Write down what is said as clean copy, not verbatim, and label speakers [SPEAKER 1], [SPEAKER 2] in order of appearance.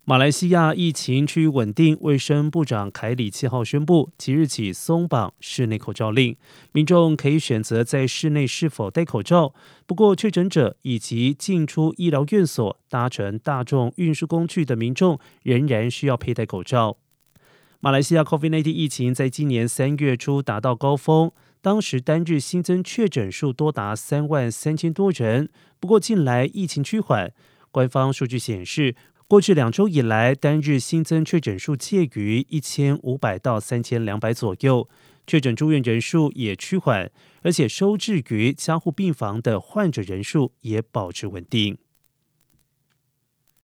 [SPEAKER 1] 马来西亚疫情趋于稳定，卫生部长凯里7号宣布，即日起松绑室内口罩令，民众可以选择在室内是否戴口罩。不过，确诊者以及进出医疗院所、搭乘大众运输工具的民众仍然需要佩戴口罩。马来西亚 COVID-19 疫情在今年3月初达到高峰，当时单日新增确诊数多达33000多人。不过，近来疫情趋缓，官方数据显示，过去2周以来，单日新增确诊数介于1500到3200左右，确诊住院人数也趋缓，而且收治于加护病房的患者人数也保持稳定。